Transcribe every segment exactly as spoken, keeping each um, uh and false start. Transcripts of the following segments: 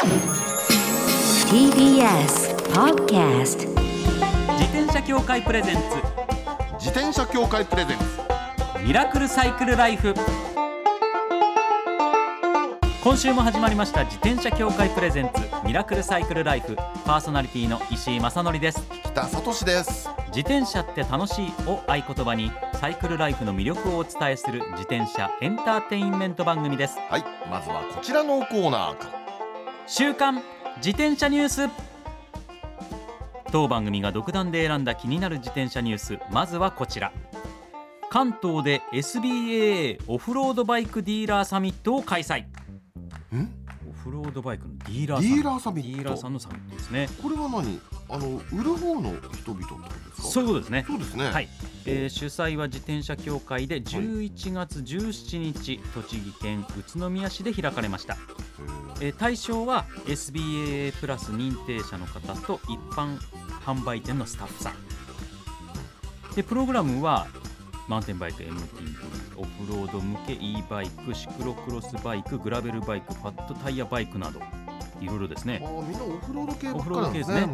ティービーエス Podcast 自転車協会プレゼンツ自転車協会プレゼンツミラクルサイクルライフ。今週も始まりました自転車協会プレゼンツミラクルサイクルライフ。パーソナリティの石井正則です。 北里です。 自転車って楽しいを合言葉にサイクルライフの魅力をお伝えする自転車エンターテインメント番組です。 はい、まずはこちらのコーナーから。 週刊自転車ニュース。当番組が独断で選んだ気になる自転車ニュース、まずはこちら。関東で エスビーエーエー オフロードバイクディーラーサミットを開催。 んオフロードバイクのディーラーサミット。 ディーラーサミット。 ディーラーさんのサミットですね。 これは何、あの売る方の人々ってことですか？ そういうことですね。 そうですね。 はい、えー、主催は自転車協会でじゅういちがつじゅうしちにち、栃木県宇都宮市で開かれました。えー、対象は エスビーエーエー プラス認定者の方と一般販売店のスタッフさんで、プログラムはマウンテンバイク エムティービー、 オフロード向け e バイク、シクロクロスバイク、グラベルバイク、ファットタイヤバイクなどいろいろですね。 あ、みんなオフロード系ばっかりオフロード系ですね、 うん、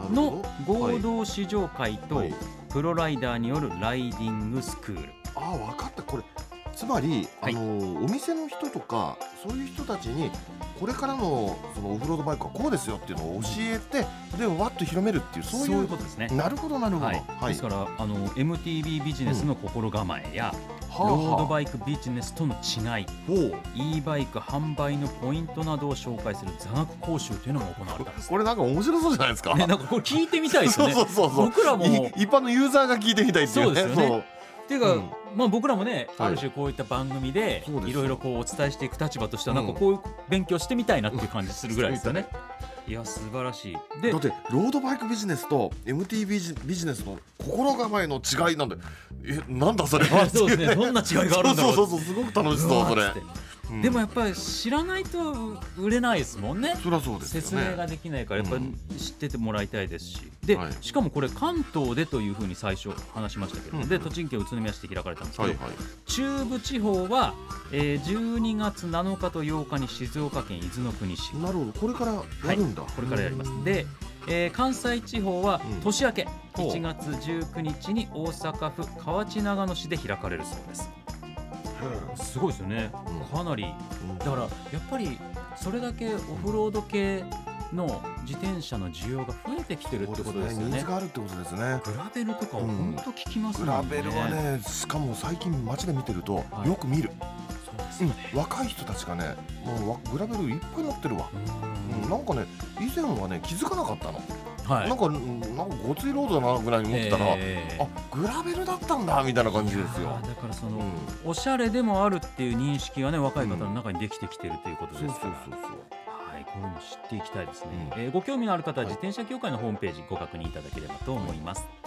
の合同試乗会と、 はい、 プロライダーによるライディングスクール。 ああ、分かった。これつまり、 はい、 あのお店の人とかそういう人たちにこれからのそのオフロードバイクはこうですよっていうのを教えて、でわっと広めるっていう、そういう、 そういうことですね。 なるほどなるほど、 はいはい、 ですからあの エムティービー ビジネスの心構えや、 うん、 ロードバイクビジネスとの違い、 ほう e バイク販売のポイントなどを紹介する座学講習というのが行われたんです。 これなんか面白そうじゃないですか、 ね、なんかこれ聞いてみたいですよね。 そうそうそうそう、 僕らも一般のユーザーが聞いてみたいっていうね。 そうですよね。 そうっていうか、 うん、 まあ、僕らもね、 はい、 ある種こういった番組でそうですよいろいろこうお伝えしていく立場としては、 うん、 なんかこういう勉強してみたいなっていう感じするぐらいですよね。いや素晴らしい。でだってロードバイクビジネスと エムティービー ビジネスの心構えの違いなんで、え、なんだそれはそうですね、どんな違いがあるんだろう。 そうそうそう、すごく楽しそうそれ、うん、 でもやっぱり知らないと売れないですもんね。 そりゃそうですよね。 説明ができないからやっぱり知っててもらいたいですし、で、はい、しかもこれ関東でというふうに最初話しましたけど、うん、で栃木県宇都宮市で開かれたんですけど、はいはい、中部地方は、えー、じゅうにがつなのかとようかに静岡県伊豆の国市。 なるほど、これからやるんだ、 はい、これからやります。で、えー、関西地方は年明け、うん、いちがつじゅうくにちに大阪府河内長野市で開かれるそうです。すごいですよね、うん、かなり。だからやっぱりそれだけオフロード系の自転車の需要が増えてきてるってことですよね。 ニーズがあるってことですね。 グラベルとかは本当聞きますもんね、 うん、グラベルはね、しかも最近街で見てるとよく見る、はい、そうですね、うん、若い人たちがね、もうグラベルいっぱい乗ってるわ。うん、うん、なんかね、以前はね気づかなかったの。はい、なんか、なんかごついロードだなぐらいに思ってたら、えー、あ、グラベルだったんだみたいな感じですよ。 だからその、うん、おしゃれでもあるっていう認識がね、若い方の中にできてきてるということですから、そうそうそうそう、はい、これも知っていきたいですね。うん、えー、ご興味のある方は自転車協会のホームページご確認いただければと思います。はい、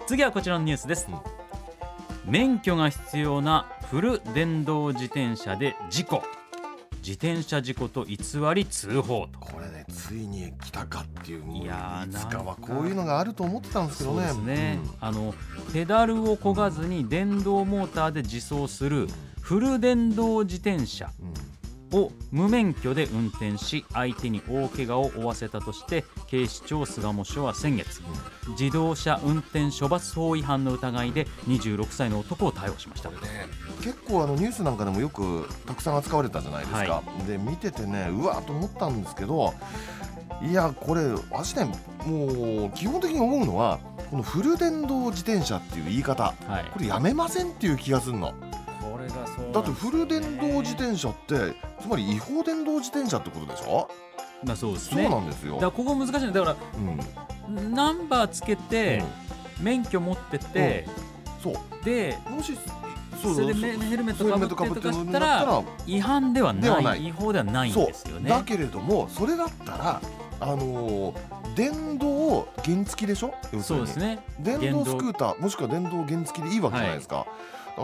次はこちらのニュースです。うん、免許が必要なフル電動自転車で事故、自転車事故と偽り通報と。 これね、ついに来たかっていう、 いやいつかはこういうのがあると思ってたんですけどね。 そうですね、うん、あのペダルを漕がずに電動モーターで自走するフル電動自転車を無免許で運転し、相手に大怪我を負わせたとして警視庁巣鴨署は先月、うん、自動車運転処罰法違反の疑いでにじゅうろくさいの男を逮捕しました。 これね、結構あのニュースなんかでもよくたくさん扱われたじゃないですか。はい、で見ててね、うわーと思ったんですけど、いやこれ私ね、もう基本的に思うのはこのフル電動自転車っていう言い方、はい、これやめませんっていう気がするの。 これがそうなんですね。 だってフル電動自転車ってつまり違法電動自転車ってことでしょ。 まあそうですね。 そうなんですよ。 だからここ難しいんだから、うん、ナンバーつけて、うん、免許持ってて、うん、そうでもしそうそれでヘルメットかぶってとかしたら違反ではない、ではない、違法ではないんですよね。 だけれどもそれだったらあのー、電動原付でしょ。 そうですね。 電動スクーターもしくは電動原付でいいわけじゃないですか。はい、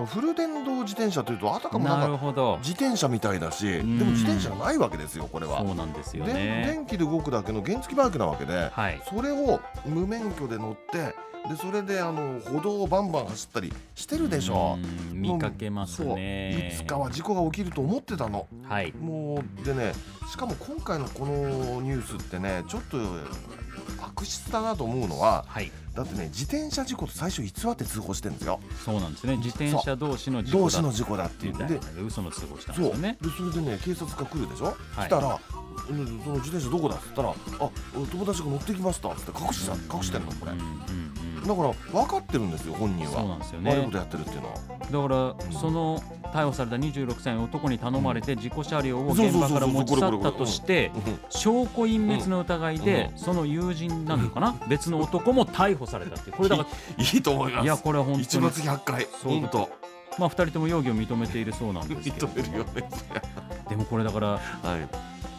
フル電動自転車というとあたかもなんか自転車みたいだし、でも自転車がないわけですよこれは。 そうなんですよね。 電気で動くだけの原付バイクなわけで、はい、それを無免許で乗ってでそれであの歩道をバンバン走ったりしてるでしょ。 見かけますね。 いつかは事故が起きると思ってたの。はい、もうでねしかも今回のこのニュースってねちょっと悪質だなと思うのは、はい、だってね自転車事故と最初偽って通報してるんですよ。 そうなんですね。自転車同士の事故だ同士の事故だって言って嘘の通報したんですよね。 そうでそれでね警察が来るでしょ、はい、来たらその自転車どこだって言ったらあ友達が乗ってきましたって隠し隠してんのこれ、うんうんうん、だから分かってるんですよ本人は。そうなんですよね。悪いことやってるっていうのはだから、うん、その逮捕されたにじゅうろくさいの男に頼まれて事故車両を現場から持ち去ったとして証拠隠滅の疑いでその友人なのかな別の男も逮捕されたってこれだからいいと思います。 いやこれは本当にいちばつひゃっかい本当まあふたりとも容疑を認めているそうなんですけど認めるよねでもこれだから、 はい、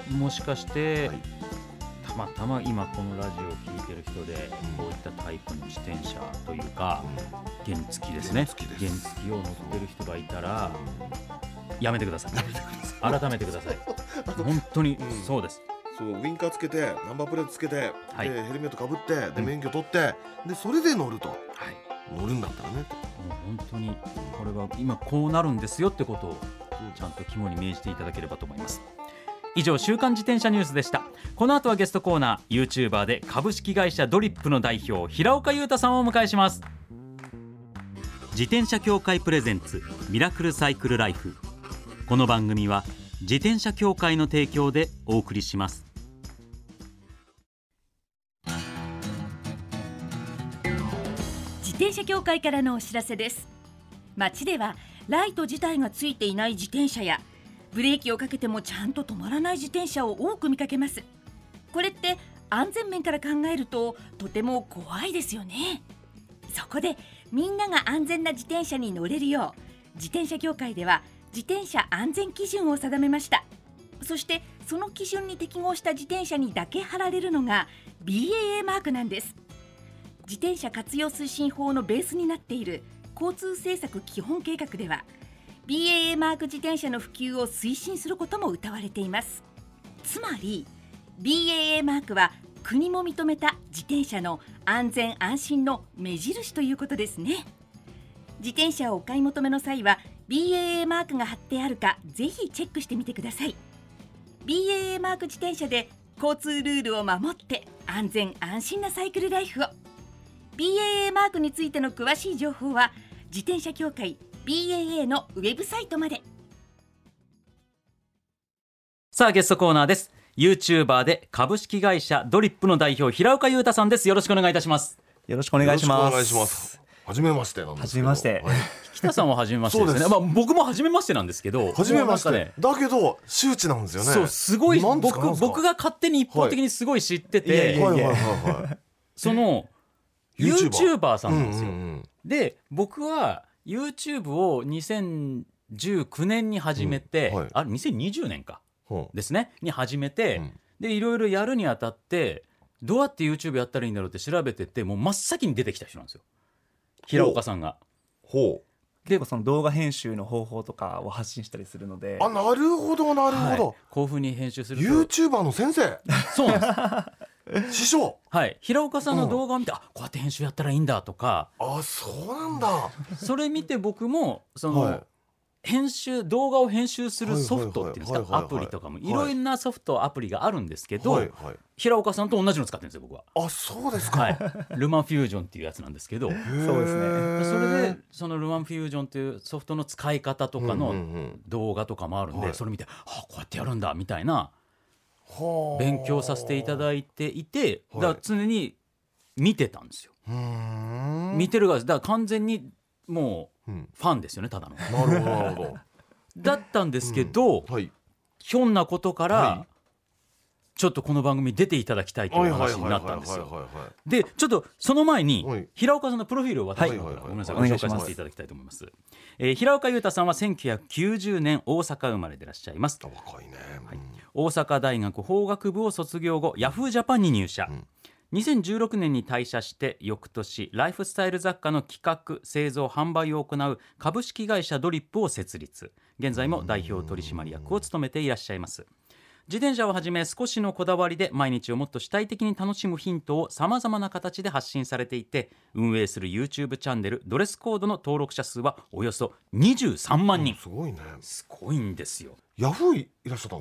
もしかして、はい、たまたま今このラジオを聞いてる人でこういったタイプの自転車というか、うん、原付ですね原付を乗ってる人がいたらやめてください改めてください本当にそうです、 うん、そうウィンカーつけてナンバープレートつけて、はい、でヘルメットかぶってで免許取って、うん、でそれで乗ると、はい、乗るんだったらねもう本当にこれは今こうなるんですよってことをちゃんと肝に銘じていただければと思います。以上週刊自転車ニュースでした。この後はゲストコーナー YouTuber で株式会社ドリップの代表平岡裕太さんをお迎えします。自転車協会プレゼンツミラクルサイクルライフ。この番組は自転車協会の提供でお送りします。 自転車協会からのお知らせです。街ではライト自体がついていない自転車やブレーキをかけてもちゃんと止まらない自転車を多く見かけます。これって安全面から考えるととても怖いですよね。そこでみんなが安全な自転車に乗れるよう自転車協会では自転車安全基準を定めました。そしてその基準に適合した自転車にだけ貼られるのが ビーエーエー マークなんです。自転車活用推進法のベースになっている交通政策基本計画では ビーエーエー マーク自転車の普及を推進することも謳われています。つまり ビーエーエー マークは国も認めた自転車の安全安心の目印ということですね。自転車をお買い求めの際は ビーエーエー マークが貼ってあるかぜひチェックしてみてください。 ビーエーエー マーク自転車で交通ルールを守って安全安心なサイクルライフを。 ビーエーエー マークについての詳しい情報は自転車協会 ビーエーエー のウェブサイトまで。 さあゲストコーナーです。 YouTuber で株式会社ドリップの代表平岡裕太さんです。よろしくお願いいたします。 よろしくお願いします。 よろしくお願いします。はじめましてなんですけど。 はじめまして、はい、 北さんははじめましてですね。まあ、僕もはじめましてなんですけど、 はじめまして、ね、だけど周知なんですよね。 そうすごい僕僕が勝手に一方的にすごい知ってて、その YouTuber さんなんですよ、うんうんうん、で僕は YouTube をにせんじゅうきゅうねんに始めて、うんはい、あれにせんにじゅうねんか、うん、ですねに始めて、うん、でいろいろやるにあたってどうやって YouTube やったらいいんだろうって調べてってもう真っ先に出てきた人なんですよ平岡さんが。 ほう結構その動画編集の方法とかを発信したりするので。 あ、なるほどなるほど、はい、 こういう風に編集すると YouTuber の先生そうなんです師匠、 はい、平岡さんの動画を見て、うん、あこうやって編集やったらいいんだとか。 あ、そうなんだ。 それ見て僕もその、はい、編集動画を編集するソフトっていうんですか、アプリとかもいろんなソフトアプリがあるんですけど、はいはい、平岡さんと同じの使ってるんですよ僕は。 あ、そうですか、 はい、ルマンフュージョンっていうやつなんですけどそうですね。それでそのルマンフュージョンっていうソフトの使い方とかの動画とかもあるんで、うんうんうん、それ見て、あ、こうやってやるんだみたいな勉強させていただいていて、だから常に見てたんですよ。うーん見てる側だから完全にもうファンですよね、ただの。 なるほどなるほどだったんですけど、うんはい、ひょんなことから、はい、ちょっとこの番組に出ていただきたいという話になったんですよ。でちょっとその前に、はい、平岡さんのプロフィールを私の方からごめんなさいご紹介させていただきたいと思います。えー、平岡裕太さんはせんきゅうひゃくきゅうじゅうねん大阪生まれでいらっしゃいます。 若いね、うんはい、 大阪大学法学部を卒業後ヤフージャパンに入社、うん、にせんじゅうろくねんに退社して翌年ライフスタイル雑貨の企画製造販売を行う株式会社ドリップを設立。現在も代表取締役を務めていらっしゃいます。自転車をはじめ少しのこだわりで毎日をもっと主体的に楽しむヒントをさまざまな形で発信されていて、運営する YouTube チャンネルドレスコードの登録者数はおよそにじゅうさんまんにん、うん、すごいね。すごいんですよ。 ヤフーいらっしゃったんですか？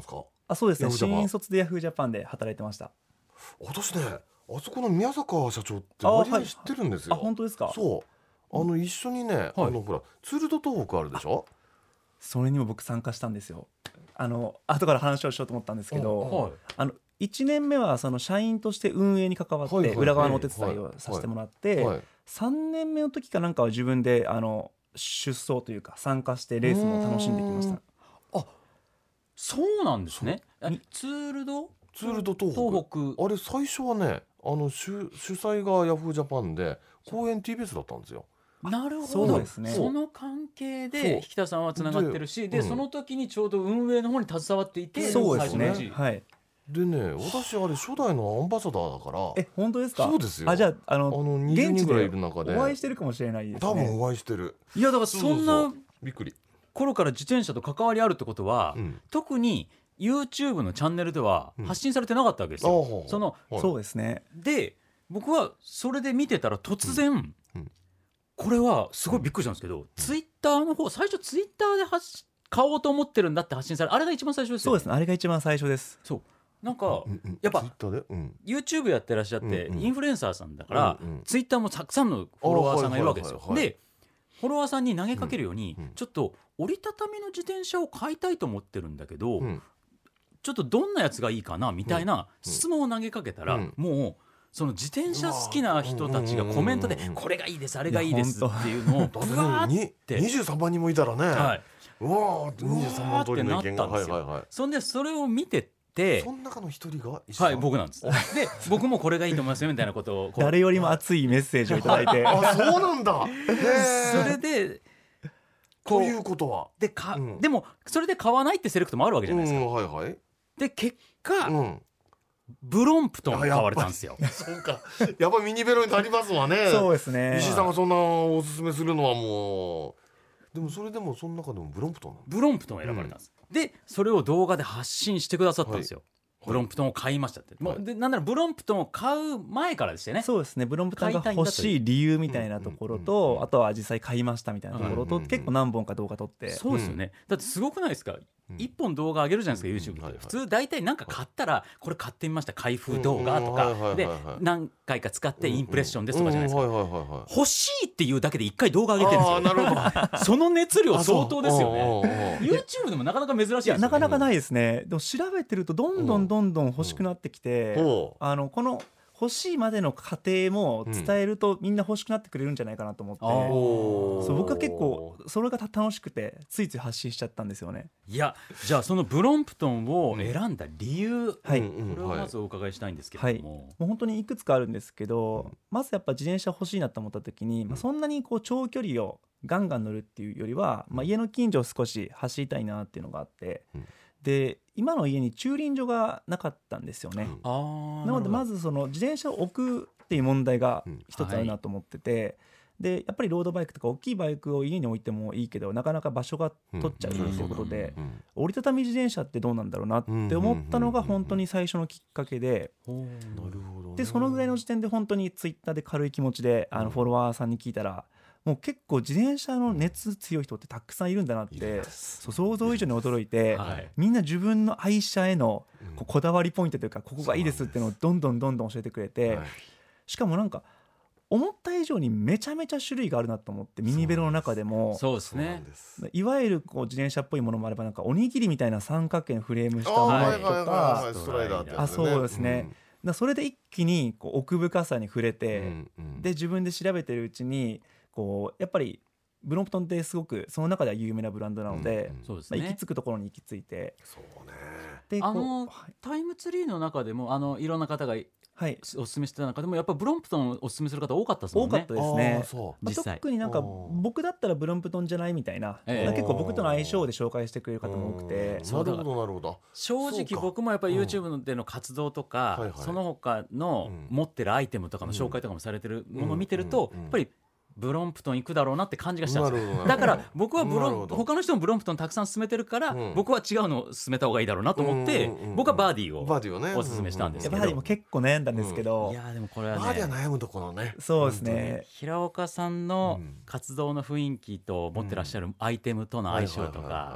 あ、そうですね。 ヤフージャパン新卒でヤフージャパンで働いてました。 私ねあそこの宮坂社長って割合知ってるんですよ。 あ、本当ですか。 そうあの一緒にね、 はい、 あのほらツールド東北あるでしょ。 それにも僕参加したんですよ。あの後から話をしようと思ったんですけど、 はい、 あのいちねんめはその社員として運営に関わって裏側のお手伝いをさせてもらって、 はいはい、 さんねんめの時かなんかは自分であの出走というか参加してレースも楽しんできました。 あ、そうなんですね。ツールドツールド東北、 東北あれ最初はねあの 主, 主催がヤフージャパンで公演 ティービーエス だったんですよ。 なるほど。 そうですね。 その関係で引田さんはつながってるし、で、うん、その時にちょうど運営の方に携わっていて、 そうですね。はい。 でね、私あれ初代のアンバサダーだから。 え、本当ですか。 そうですよ。 あ、じゃああのあのにじゅうにんぐらいいる中でお会いしてるかもしれないですね。 多分お会いしてる。 いやだからそんなびっくり頃から自転車と関わりあるってことは、うん、特に YouTube のチャンネルでは発信されてなかったわけですよ。うん、その、 はい、そうですね。 で、僕はそれで見てたら突然。うんうん、これはすごいびっくりしたんですけど、うん、ツイッターの方最初ツイッターで発買おうと思ってるんだって発信されあれが一番最初ですよね。 そうですね、あれが一番最初です。 そうなんか、うんうん、やっぱ、うん、YouTube やってらっしゃって、うんうん、インフルエンサーさんだから、うんうん、ツイッターもたくさんのフォロワーさんがいるわけですよ。でフォロワーさんに投げかけるように、うんうん、ちょっと折りたたみの自転車を買いたいと思ってるんだけど、うん、ちょっとどんなやつがいいかなみたいな質問を投げかけたら、うん、もうその自転車好きな人たちがコメントでこれがいいですあれがいいですっていうのをブワーってにじゅうさんまんにんもいたらね、 はい、 うわーにじゅうさんまん通りの意見がなったんですよ、はいはいはい、そんでそれを見ててその中の一人がはい、僕なんです。で僕もこれがいいと思いますよみたいなことを誰よりも熱いメッセージをいただいてあ、そうなんだそれでということはでか、うん、でもそれで買わないってセレクトもあるわけじゃないですか、 うんはいはい、 で結果、うんブロンプトン買われたんですよ。 そうか、やっぱミニベロになりますわね。 そうですね。 石井さんがそんなおすすめするのはもうでもそれでもその中でもブロンプトンブロンプトンを選ばれたんです、うん、でそれを動画で発信してくださったんですよ、はいブロンプトンを買いましたって、はい、もうでなんならブロンプトンを買う前からですよね。 そうですね。ブロンプトンが欲しい理由みたいなところと、あとは実際買いましたみたいなところと、結構何本か動画撮って。 そうですよね。だってすごくないですか、いっぽん動画上げるじゃないですか YouTube って、普通大体なんか買ったらこれ買ってみました開封動画とかで何回か使ってインプレッションですとかじゃないですか。欲しいっていうだけでいっかい動画上げてるんですよ。なるほどその熱量相当ですよね。 YouTube でもなかなか珍しいですよね。 なかなかないですね。でも調べてるとどんどんどんどん欲しくなってきて、あのこの欲しいまでの過程も伝えるとみんな欲しくなってくれるんじゃないかなと思って、うん、そう僕は結構それが楽しくてついつい発信しちゃったんですよね。 いやじゃあそのブロンプトンを選んだ理由、うんはい、これをまずお伺いしたいんですけれども、はい、もう本当にいくつかあるんですけど、うん、まずやっぱ自転車欲しいなと思った時に、まあ、そんなにこう長距離をガンガン乗るっていうよりは、まあ、家の近所を少し走りたいなっていうのがあって、うんで今の家に駐輪場がなかったんですよね、うん、あなのでまずその自転車を置くっていう問題が一つあるなと思ってて、うんはい、でやっぱりロードバイクとか大きいバイクを家に置いてもいいけどなかなか場所が取っちゃうということで、うんうん、折りたたみ自転車ってどうなんだろうなって思ったのが本当に最初のきっかけで、 なるほどね、 でそのぐらいの時点で本当にツイッターで軽い気持ちであのフォロワーさんに聞いたらもう結構自転車の熱強い人ってたくさんいるんだなってそう想像以上に驚いて、はい、みんな自分の愛車へのこうこだわりポイントというかここがいいですっていうのをどんどんどんどん教えてくれて、はい、しかもなんか思った以上にめちゃめちゃ種類があるなと思ってミニベロの中でもそうですねいわゆるこう自転車っぽいものもあればなんかおにぎりみたいな三角形のフレームしたものとかストライダーってやつね。 あそうですね、うん、だそれで一気にこう奥深さに触れて、うんうん、で自分で調べてるうちにこうやっぱりブロンプトンってすごくその中では有名なブランドなので、うんうんまあ、行き着くところに行き着いてそうねであのタイムツリーの中でもあのいろんな方がはい、おすすめしてた中でもやっぱブロンプトンをおすすめする方多かったですもんね。 多かったですね。 そう実際特になんか僕だったらブロンプトンじゃないみたいな、えー、結構僕との相性で紹介してくれる方も多くて、 なるほどなるほど。 正直僕もやっぱり YouTube での活動とか、うん、その他の持ってるアイテムとかの紹介とかもされてるものを見てると、やっぱりブロンプトン行くだろうなって感じがしたんですよ。だから僕はブロン他の人もブロンプトンたくさん進めてるから、うん、僕は違うのを進めた方がいいだろうなと思って、うんうんうん、僕はバーディーをバーディーを、ね、おすすめしたんですけど、 バーディーも結構悩んだんですけど、 うん、いやでもこれはねバーディーは悩むところね。 そうですね。 平岡さんの活動の雰囲気と持ってらっしゃるアイテムとの相性とか、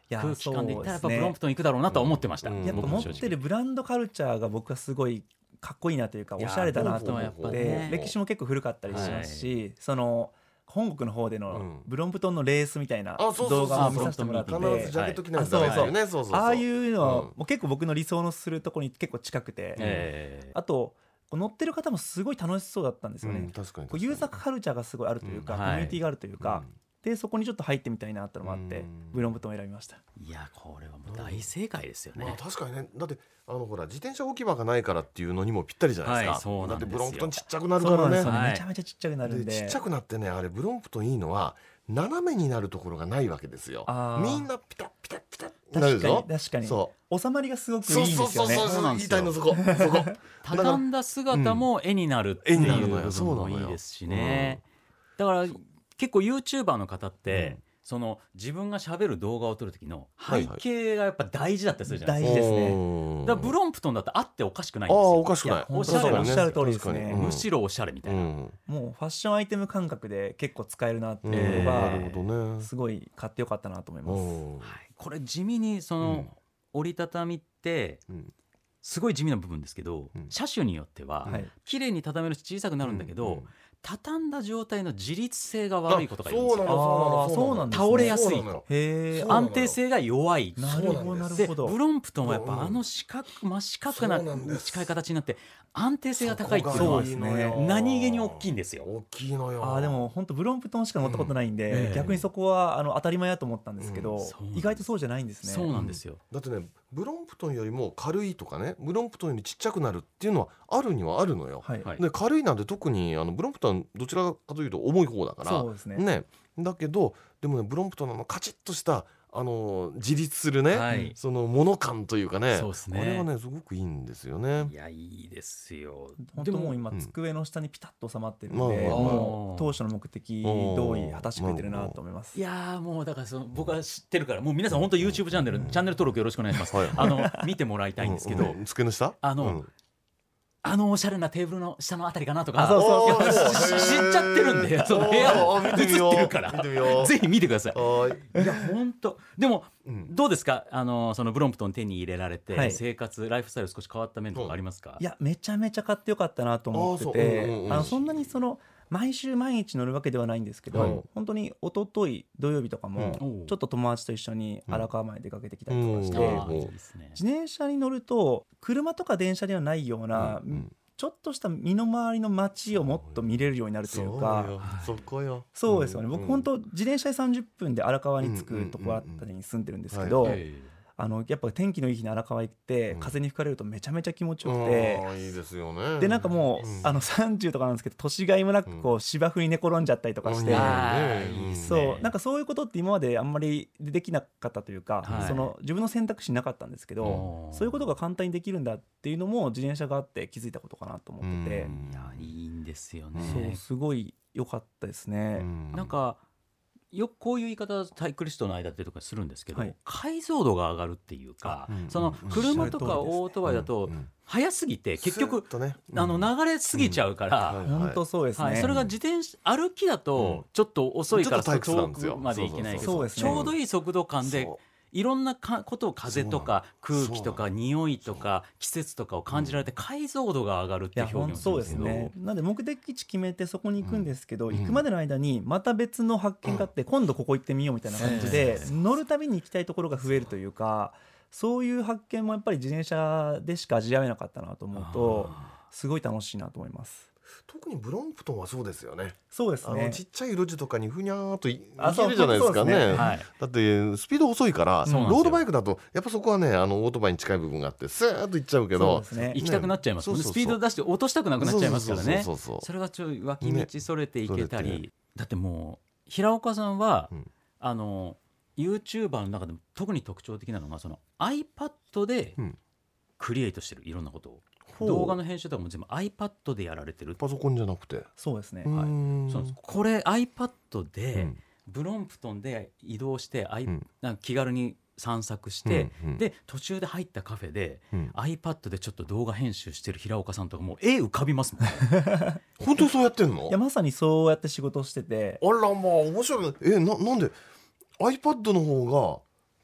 や空気感で言ったらやっぱそうですねブロンプトン行くだろうなとは思ってました、 うんやっぱ持っ僕も正直てるブランドカルチャーが僕はすごいかっこいいなというかいやおしゃれだなと思っブロンプトンはて、 やっぱね歴史も結構古かったりしますし、その本国の方でうんのブロンプトンのレースみたいなあそうそうそう動画を見させてもらって、 必ずジャケット着ないとあそうそうダメですよね、そうそうそうああいうのはうんもう結構僕の理想のするところに結構近くて、 えーあとこう乗ってる方もすごい楽しそうだったんですよね、 うん確かにこうユーザーカルチャーがすごいあるというか、 うんコミュニティがあるというか、 うんでそこにちょっと入ってみたいなってのもあって、 うんブロンプトンを選びました。 いやこれはもう大正解ですよね、 まあ、確かにね、だってあのほら自転車置き場がないからっていうのにもぴったりじゃないですか、 はいそうなんですよだってブロンプトンちっちゃくなるそうからねなんですよね、 はいめちゃめちゃちっちゃくなるんで、 でちっちゃくなってね、あれブロンプトンいいのは斜めになるところがないわけですよ。 あーみんなピタッピタッピタッってなる確かでしょ。 に確かにそ収まりがすごくいそういんそうそうそうですよね。 そうなんですよ言いたいのそこそこ畳んだ姿も絵になるっていう絵になるのよ部分もそうなのよいいですしね、だから結構 YouTuber の方って、 うんその自分が喋る動画を撮る時の背はいはい景がやっぱ大事だったりするじゃないですか、 大事ですねうんだからブロンプトンだってあっておかしくないんああですよおかしくないいやおしゃれなおっしゃる通りですね確かにむしろおしゃれみたいな、 うんもうファッションアイテム感覚で結構使えるなってうんいうのなるほがどね。 すごい買ってよかったなと思います。 うんはい、これ地味にその、 うん折りたたみってうんすごい地味な部分ですけど、 うん車種によっては、 はい綺麗に畳めるし小さくなるんだけど、 うんうん畳んだ状態の自立性が悪いことがいるんですよ。 あそうなのあーそうなんですね倒れやすいそうなのよへえそうなのよ安定性が弱い。 なるほどそうななんるでほど。 ブロンプトンはやっぱうんあの四角真四角なそうなんです近い形になって安定性が高いっていうのはそうですね何気に大きいんですよ。 大きいのよ。 あーでも本当ブロンプトンしか乗ったことないんで、 うんええ逆にそこはあの当たり前だと思ったんですけど、 うんそうなんです意外とそうじゃないんですね。 そうなんですよ。 だってねブロンプトンよりも軽いとかねブロンプトンよりちっちゃくなるっていうのはあるにはあるのよ。 はい、 はいで軽いなんて特にあのブロンプトンどちらかというと重い方だからそうですね。 ねだけどでもねブロンプトンのあのカチッとしたあの自立するね、 はいその物感というかねそうですねこれはねすごくいいんですよねい。やいいですよ。 本でも当もう今うん机の下にピタッと収まってるんまあで、 まあもう当初の目的通り果たしてくれてるなと思います。 いやーもうだからその僕は知ってるからもう皆さん本当 YouTube チャンネル、チャンネル登録よろしくお願いします。 はいあの見てもらいたいんですけど、 うんうん机の下あのうんあのおしゃれなテーブルの下のあたりかなとかあそうそうおーいやし知っちゃってるんでその部屋おー見てみよう映ってるから見てみようぜひ見てください。 はーいいや本当でもうんどうですかあのそのブロンプトン手に入れられて、 はい生活ライフスタイル少し変わった面とかありますか？ いやめちゃめちゃ買ってよかったなと思ってあーそううんうんうんて、あのそんなにその毎週毎日乗るわけではないんですけど、 はい本当に一昨日土曜日とかもうんちょっと友達と一緒に荒川まで出かけてきたりとかして、 うんあーいいですね。 自転車に乗ると車とか電車ではないような、 うんうんちょっとした身の回りの街をもっと見れるようになるというか。 そうよそこよそうですよね、 ん僕本当自転車でさんじゅっぷんで荒川に着くところあったりに住んでるんですけど、 えあのやっぱ天気のいい日に荒川行って、 うん風に吹かれるとめちゃめちゃ気持ちよくあて、 ーいいですよね。 でなんかもう、 うんあのさんじゅうとかなんですけど年がいもなくこう芝生に寝転んじゃったりとかして、 うんあーねいいですねそうなんかそういうことって今まであんまりできなかったというか、 はいその自分の選択肢なかったんですけど、 おーそういうことが簡単にできるんだっていうのも自転車があって気づいたことかなと思ってて、 うんいやいいんですよそうね。 すごい良かったですね。 うなんかよくこういう言い方サイクリストの間っていうとかするんですけど、 はい解像度が上がるっていうか、 うんその車とかオートバイだとうんうん速すぎて結スッ局とねあの流れすぎちゃうから、 はい本当そうですね、 はい、それが自転車歩きだとちょっと遅いからちょっと退屈なんですよ遠くまで行けないけどそうですねちょうどいい速度感でそういろんなかことを風とかそうなの空気とか匂いとか季節とかを感じられて解像度が上がるっていういや表現をするん本当そうでですけど、 すね。なんで目的地決めてそこに行くんですけど、 うん行くまでの間にまた別の発見があって、今度ここ行ってみようみたいな感じで、乗るたびに行きたいところが増えるというか、そういう発見もやっぱり自転車でしか味わえなかったなと思うとすごい楽しいなと思います。 特にブロンプトンはそうですよね。 そうですねあのちっちゃい路地とかにふにゃーっといあ行けるじゃないですかそうそうですね。 ねはい、 だってスピード遅いからそうなんですよロードバイクだとやっぱそこはねあのオートバイに近い部分があってスーッと行っちゃうけそうどですね行きたくなっちゃいますもんね、 そうそうそうスピード出して落としたくなくなっちゃいますからね。 そうそうそうそうそれがちょい脇道それていけたり、 ねだってもう平岡さんは、 うんあの YouTuber の中でも特に特徴的なのがその iPad でうんクリエイトしてるいろんなことを、 ほう動画の編集とかも全部 iPad でやられてる。 パソコンじゃなくてそうですね、 うーはいんそうなんですこれ iPad うでんブロンプトンで移動して、アイうんなんか気軽に散策して、 うんうんで途中で入ったカフェで、 うん iPad でちょっと動画編集してる平岡さんとかもう絵浮かびますもんね。 本当にそうやってんのいやまさにそうやって仕事をしてて、 あらまあ面白いえななんで iPad の方が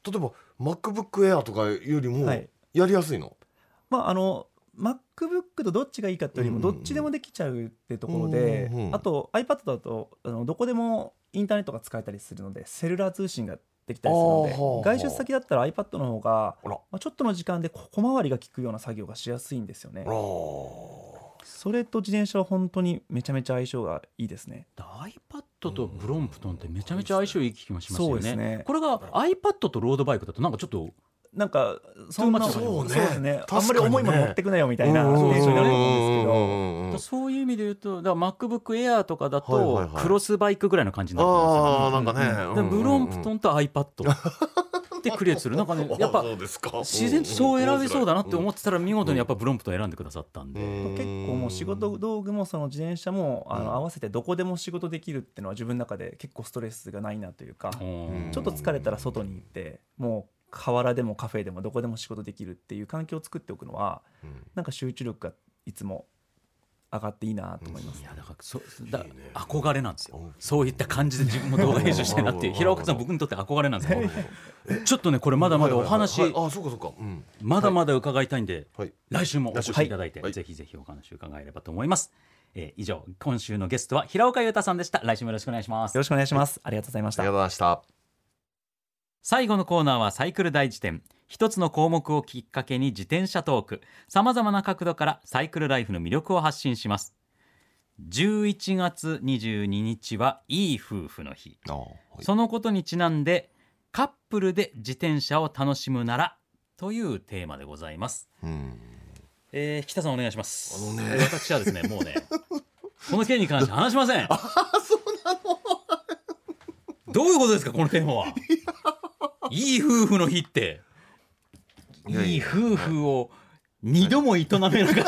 例えば MacBook Air とかよりもはいやりやすいの、 まああの MacBook とどっちがいいかっていうよりもうんうんうんどっちでもできちゃうってところで、 うんうんうん、 あと iPad だとあのどこでもインターネットが使えたりするのでセルラー通信ができたりするので、 あーはあはあ外出先だったら iPad の方が、 あらまあ、ちょっとの時間で小回りが利くような作業がしやすいんですよね。 あらそれと自転車は本当にめちゃめちゃ相性がいいですね。 iPad とブロンプトンってめちゃめちゃ相性いい気がしますよね。 そうですね。 これが iPad とロードバイクだとなんかちょっとなんかそんなそうねそうですね、 確かにねあんまり重いもの持ってくなよみたいなうんテンションになると思うんですけど、 そういう意味で言うとだから MacBook Air とかだはいはいとはいクロスバイクぐらいの感じになってますよね。 ああなんかね、 だからブロンプトンと iPad でクリエイトするなんかねやっぱそうですか自然とそう選べそうだなって思っってたら見事にやっぱブロンプトン選んでくださったんで、 結構もう仕事道具もその自転車もあうんの合わせてどこでも仕事できるっていうのは自分の中で結構ストレスがないなというか、 うんちょっと疲れたら外に行ってもう河原でもカフェでもどこでも仕事できるっていう環境を作っておくのはなんか集中力がいつも上がっていいなと思います。 いやだからそだいいね憧れなんですよ、 うんそういった感じで自分も動画編集したいなっていう平岡さん僕にとって憧れなんですよちょっとねこれまだまだお話、 はいはいはいはい、あそうかそうか、うん、 まだまだ伺いたいんで、 はい、 来週もお越しいただいて、 はいぜひぜひお話を伺えればと思います、えー以上今週のゲストは平岡裕太さんでした。来週もよろしくお願いします。 よろしくお願いします。ありがとうございましたありがとうございました。 最後のコーナーはサイクル大辞典。一つの項目をきっかけに自転車トーク、さまざまな角度からサイクルライフの魅力を発信します。じゅういちがつにじゅうににちはいい夫婦の日、 あ、はい、 そのことにちなんでカップルで自転車を楽しむならというテーマでございます。 うんえー、北さんお願いします。 あのね私はですねもうねこの件に関して話しません。 あそうなのどういうことですかこのテーマは。いい夫婦の日っていやいやいい夫婦を二度も営めなか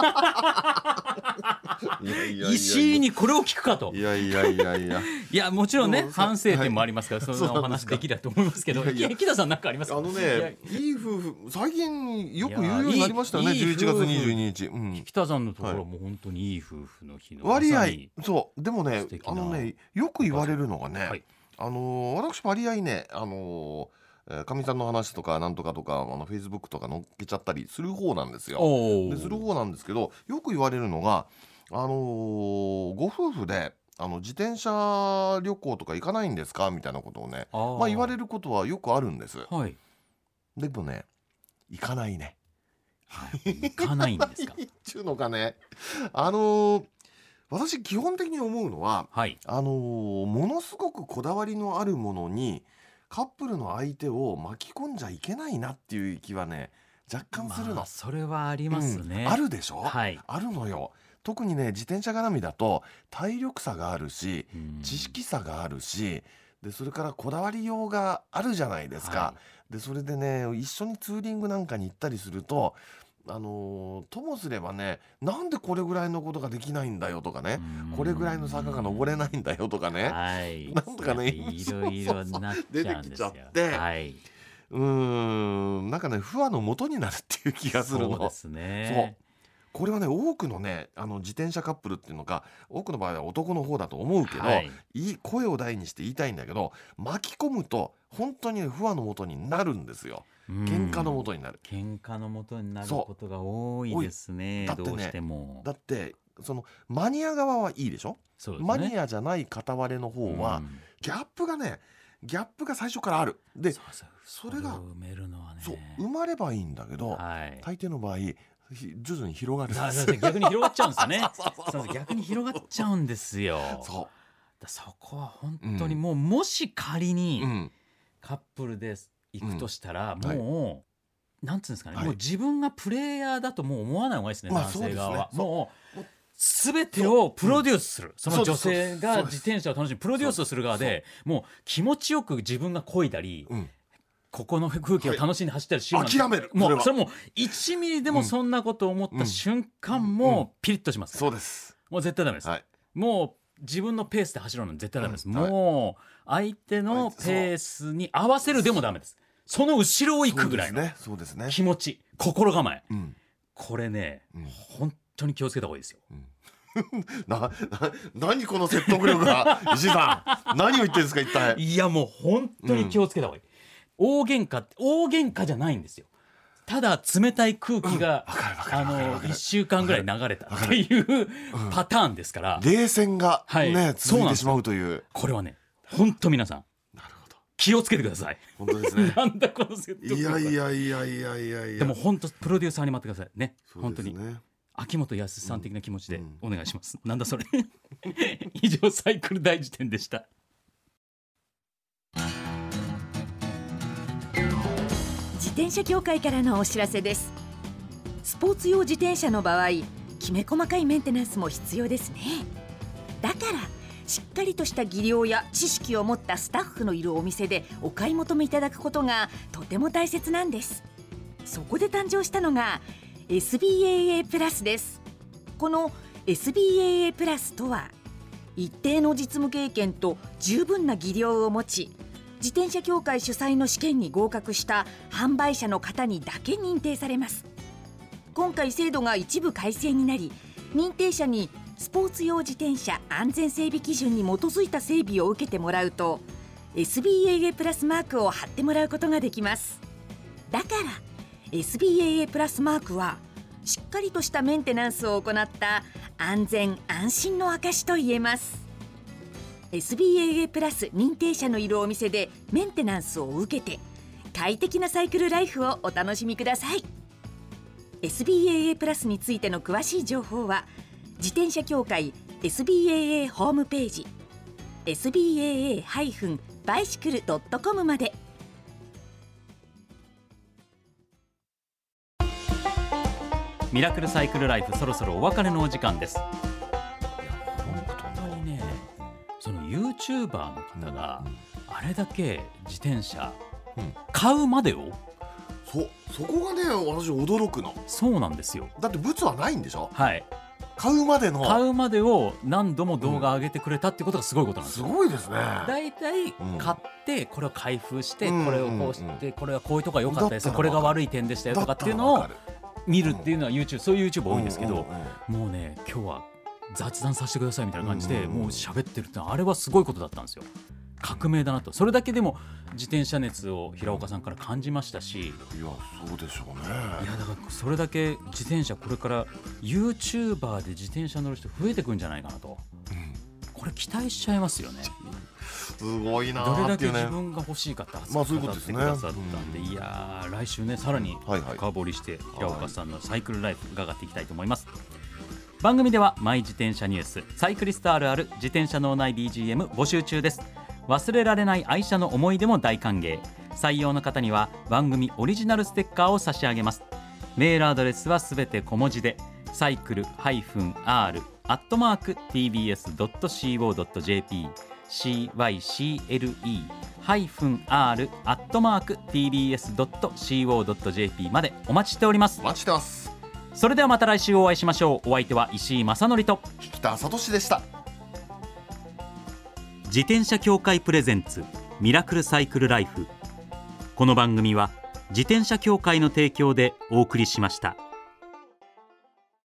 ったいやいやいや石井にこれを聞くかと。 いやいやいやいやいやもちろんねもう反省点もありますから、 はいそんなお話できると思いますけど、 そうなんですかいやいや木田さん何かありますか。 あのねいい夫婦最近よく言うようになりましたよね。 いやいいじゅういちがつにじゅうににち、うん、 木田さんのところも本当にいい夫婦の日の割合まさにそうでもね素敵なあのねよく言われるのがね、 はいあのー私割合ねあのーかみさんの話とかなんとかとかあのフェイスブックとか載っけちゃったりする方なんですよ。 おでする方なんですけどよく言われるのがあのーご夫婦であの自転車旅行とか行かないんですかみたいなことをねあ、 まあ言われることはよくあるんです。 はい、 でもね行かないね。 はい、行かないんですか。 ちゅうのかねあのー私基本的に思うのははいあのーものすごくこだわりのあるものにカップルの相手を巻き込んじゃいけないなっていう気はね若干するの、 まあ、それはありますね、 うんあるでしょ、 はい、 あるのよ。特にね自転車絡みだと体力差があるしうん知識差があるしでそれからこだわりようがあるじゃないですか、 はでそれでね一緒にツーリングなんかに行ったりするとあのーともすればねなんでこれぐらいのことができないんだよとかねこれぐらいの坂が登れないんだよとかねはい、 なんとかねいろいろなっちゃうんですよ。 出てきちゃってはい、 うーんなんかね不和の元になるっていう気がするの。 そうですね。 これはね多くのねあの自転車カップルっていうのか多くの場合は男の方だと思うけど、 はいいい声を大にして言いたいんだけど巻き込むと本当に不和の元になるんですよ。 うん喧嘩の元になる。 喧嘩の元になることが多いですね。 そう多いだってねどうしても。 だってそのマニア側はいいでしょ、 そうですね。 マニアじゃない片割れの方は、 うんギャップがねギャップが最初からあるでそうそうそれがを埋めるのはね。 そう生まればいいんだけど、 はい。 大抵の場合ひ徐々に広がるんだですだ逆に広がっちゃうんですよね。 そうそうそうそう逆に広がっちゃうんですよ。 そだそこは本当にもう、もし仮にう、うん、 カップルで行くとしたら、 んもう、なんつうんですかね、 はいもう自分がプレイヤーだともう思わない方がいいですね、 まあ男性側は。 そうですねそうもうもう全てをプロデュースする、その女性そうですが自転車を楽しみプロデュースをする側でもう気持ちよく自分が漕いだり、 うん、 ここの風景を楽しんで走ったりしようなんて、 諦めるそれはもうそれもういちミリでもそんなことを思った瞬間もうピリッとします、 そうです。 もう絶対ダメです、 はい。 もう自分のペースで走るの絶対ダメです、 うんはいもう相手のペースに合わせるでもダメです。その後ろを行くぐらいのそうですね。 気持ち、心構え、 うん。 これね、 うん本当に気をつけた方がいいですよ。 な、な、何この説得力が石井さん、何を言ってるんですか一体。 いやもう本当に気をつけた方がいい、 大喧嘩って大喧嘩じゃないんですよ。ただ冷たい空気が、うん、あのいっしゅうかんぐらい流れたっていうパターンですから、 冷戦が、ね、はい、続いてしまうという。 これはね本当皆さん気をつけてください。 本当ですね。 なんだこの説得力。 いやいやいやいやいやいや。 でも本当プロデューサーに待ってくださいね。本当に秋元康さん的な気持ちでお願いします、うん、なんだそれ。以上サイクル大辞典でした。 自転車協会からのお知らせです。スポーツ用自転車の場合、きめ細かいメンテナンスも必要ですね。だからしっかりとした技量や知識を持ったスタッフのいるお店でお買い求めいただくことがとても大切なんです。そこで誕生したのが エスビーエーエー プラスです。この エスビーエーエー プラスとは、一定の実務経験と十分な技量を持ち、自転車協会主催の試験に合格した販売者の方にだけ認定されます。今回制度が一部改正になり、認定者にスポーツ用自転車安全整備基準に基づいた整備を受けてもらうと エスビーエーエー プラスマークを貼ってもらうことができます。だから エスビーエーエー プラスマークはしっかりとしたメンテナンスを行った安全安心の証と言えます。 エスビーエーエー プラス認定者のいるお店でメンテナンスを受けて快適なサイクルライフをお楽しみください。 エスビーエーエー プラスについての詳しい情報は自転車協会 エスビーエーエー ホームページ エスビーエーエー バイシクル ドットコム まで。 ミラクルサイクルライフ、そろそろお別れのお時間です。いや本当にね、その YouTuber の方があれだけ自転車買うまでを、 そ, そこがね私驚くの。 そうなんですよ。 だって物はないんでしょ。 はい。 買うまでの買うまでを何度も動画上げてくれたってことがすごいことなんですよ。 すごいですね。 だいたい買ってこれを開封してこれをこうしてこれはこういうとこが良かったです、これが悪い点でしたよとかっていうのを見るっていうのは YouTube、そういう YouTube 多いんですけど、もうね今日は雑談させてくださいみたいな感じでもう喋ってるってあれはすごいことだったんですよ。革命だなと。それだけでも自転車熱を平岡さんから感じましたし。いやそうでしょうね。 いやだからそれだけ自転車これから YouTuber で自転車乗る人増えてくんじゃないかなと、うん、これ期待しちゃいますよね。 すごいなーどれだけっていうね。 自分が欲しいかって熱くまあそういう語ってことですねくださったんで、いやー来週ねさらに深掘りして平岡さんのサイクルライフ伺っていきたいと思います。番組ではマイ自転車ニュース、サイクリストあるある、自転車脳内 ビージーエム 募集中です。忘れられない愛車の思い出も大歓迎。採用の方には番組オリジナルステッカーを差し上げます。メールアドレスはすべて小文字でサイクル アール アットマーク ティービーエス ドット シーオー ドット ジェーピー シーワイシーエルイー アール アットマーク ティービーエス ドット シーオー ドット ジェーピー までお待ちしております。 お待ちしてます。 それではまた来週お会いしましょう。お相手は石井正則と引田聡でした。 自転車協会プレゼンツミラクルサイクルライフ。この番組は自転車協会の提供でお送りしました。